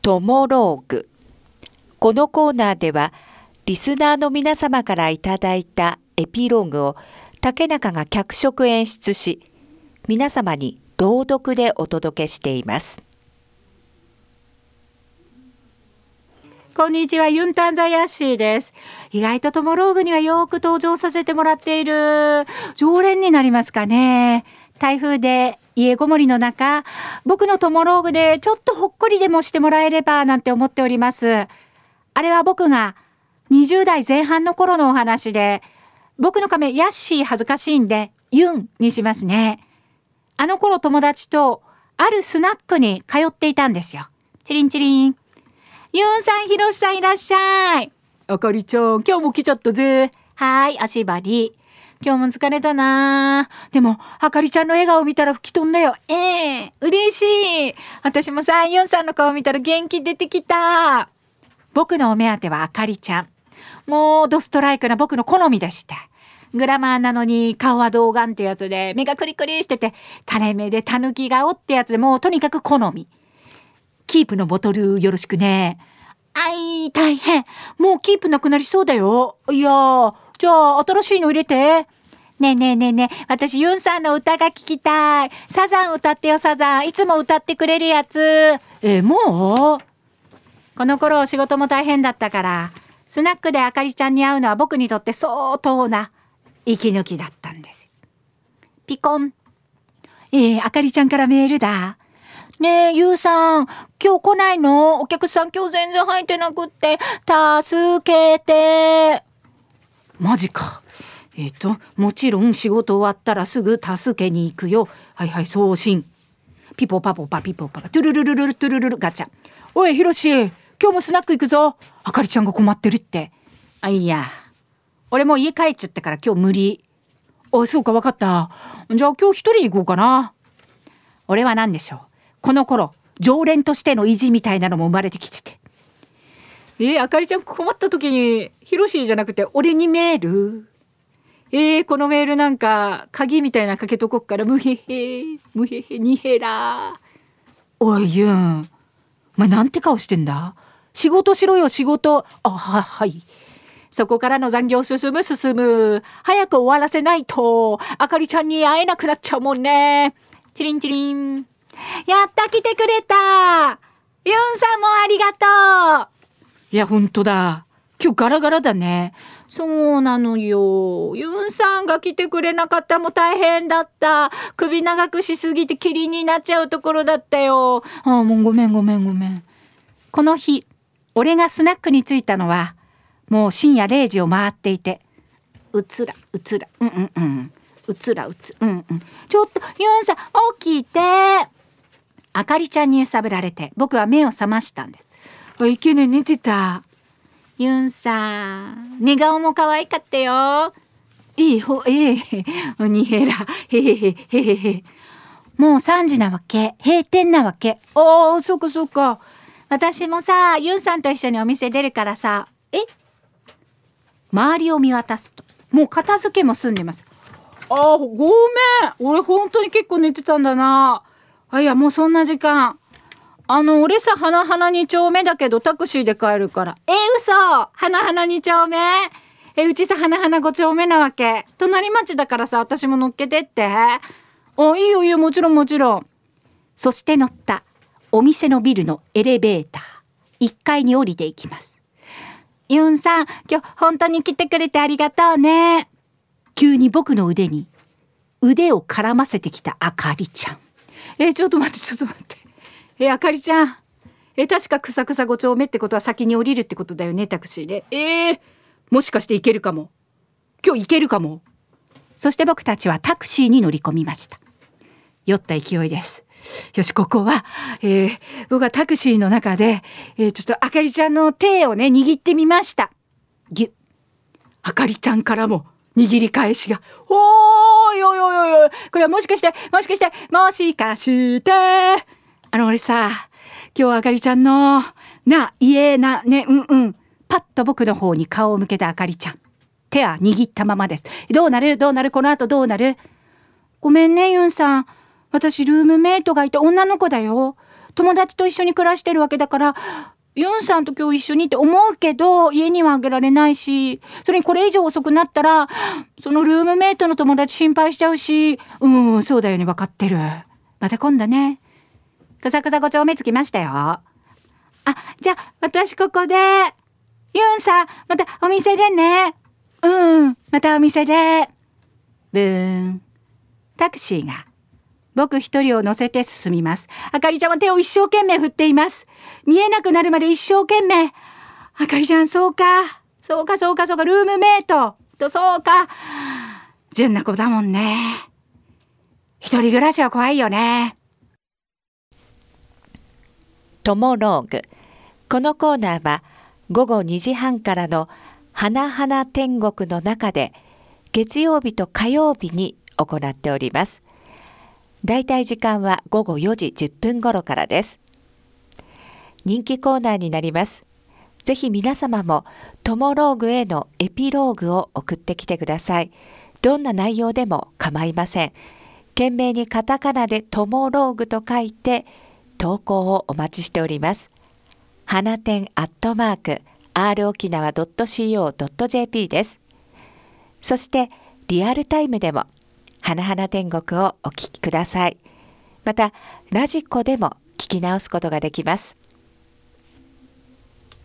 トモローグ。このコーナーではリスナーの皆様からいただいたエピローグを竹中が脚色演出し、皆様に朗読でお届けしています。 こんにちは、ユンタンザヤッシーです。意外とトモローグにはよく登場させてもらっている常連になりますかね。台風で家ごもりの中、僕のトモローグでちょっとほっこりでもしてもらえればなんて思っております。あれは僕が20代前半の頃のお話で、僕の仮名ヤッシー恥ずかしいんでユンにしますね。あの頃友達とあるスナックに通っていたんですよ。チリンチリン。ユンさん、ヒロシさんいらっしゃい。あかりちゃん、今日も来ちゃったぜ。はい、足張り。今日も疲れたな。でも、あかりちゃんの笑顔見たら吹き飛んだよ。嬉しい。私もさ、ユンさんの顔見たら元気出てきた。僕のお目当てはあかりちゃん。もうドストライクな僕の好みでした。グラマーなのに顔は童顔ってやつで、目がクリクリしてて、垂れ目でたぬき顔ってやつで、もうとにかく好み。キープのボトルよろしくね。大変。もうキープなくなりそうだよ。いやー、じゃあ新しいの入れて。ねえ。私ユンさんの歌が聞きたい。サザン歌ってよ、サザン。いつも歌ってくれるやつ。もう？この頃仕事も大変だったから、スナックであかりちゃんに会うのは僕にとって相当な息抜きだったんです。ピコン。あかりちゃんからメールだ。ねえ、ゆうさん、今日来ないの？お客さん今日全然入ってなくって、助けて。マジか。もちろん仕事終わったらすぐ助けに行くよ。はい、送信。ピポパポパピポパパ、トゥルルルルルトゥルルルガチャ。おい、ひろし、今日もスナック行くぞ。あかりちゃんが困ってるって。いや、俺もう家帰っちゃったから今日無理。そうか、わかった。じゃあ今日一人で行こうかな。俺は何でしょう。この頃常連としての意地みたいなのも生まれてきてて、あかりちゃん困った時にヒロシーじゃなくて俺にメール。このメールなんか鍵みたいなかけとこっから。ムヘヘニヘラ。おいユン、お前なんて顔してんだ。仕事しろよ、仕事。はい。そこからの残業進む。早く終わらせないとあかりちゃんに会えなくなっちゃうもんね。チリンチリン。やった、来てくれた。ユンさんもありがとう。いや、ほんとだ。今日ガラガラだね。そうなのよ。ユンさんが来てくれなかったらもう大変だった。首長くしすぎてキリンになっちゃうところだったよ。もうごめん。この日、俺がスナックに着いたのは、もう深夜0時を回っていて、うつら。うつら。ちょっと、ユンさん、起きて。あかりちゃんに揺さぶられて、僕は目を覚ましたんです。いけね、寝てた。ユンさん、寝顔も可愛かったよ。ニヘラ、へ。もう3時なわけ。閉店なわけ。そうか。私もさ、ユンさんと一緒にお店出るからさ。周りを見渡すと、もう片付けも済んでます。ごめん。俺本当に結構寝てたんだな。いや、もうそんな時間。俺さ、花2丁目だけどタクシーで帰るから。嘘。花2丁目。うちさ、花5丁目なわけ。隣町だからさ、私も乗っけてって。いいよ、もちろん。そして乗ったお店のビルのエレベーター。1階に降りていきます。ユンさん、今日本当に来てくれてありがとうね。急に僕の腕に腕を絡ませてきたあかりちゃん。ちょっと待って。あかりちゃん。確か草5丁目ってことは先に降りるってことだよね、タクシーで。もしかして行けるかも。今日行けるかも。そして僕たちはタクシーに乗り込みました。酔った勢いです。よし、ここは、僕はタクシーの中で、ちょっとあかりちゃんの手をね、握ってみました。ぎゅっ。あかりちゃんからも握り返しが。おい。これはもしかして。俺さ、今日あかりちゃんの、パッと僕の方に顔を向けたあかりちゃん。手は握ったままです。どうなるこの後どうなる？ごめんね、ユンさん。私ルームメイトがいて女の子だよ。 友達と一緒に暮らしてるわけだから、ユンさんと今日一緒にって思うけど、家にはあげられないし、それにこれ以上遅くなったら、そのルームメイトの友達心配しちゃうし、そうだよね、分かってる。また今度ね。くさくさ5丁目着きましたよ。じゃあ、私ここで。ユンさん、またお店でね。またお店で。ブーン。タクシーが僕一人を乗せて進みます。あかりちゃんは手を一生懸命振っています。見えなくなるまで一生懸命。あかりちゃん、そうか、ルームメイトと、そうか。純な子だもんね。一人暮らしは怖いよね。 トモローグ。このコーナーは午後2時半からの花々天国の中で月曜日と火曜日に行っております。だいたい時間は午後4時10分頃からです。人気コーナーになります。ぜひ皆様もトモローグへのエピローグを送ってきてください。どんな内容でも構いません。懸命にカタカナでトモローグと書いて投稿をお待ちしております。花天@r 沖縄 .co.jp です。そしてリアルタイムでも花々天国をお聞きください。またラジコでも聞き直すことができます。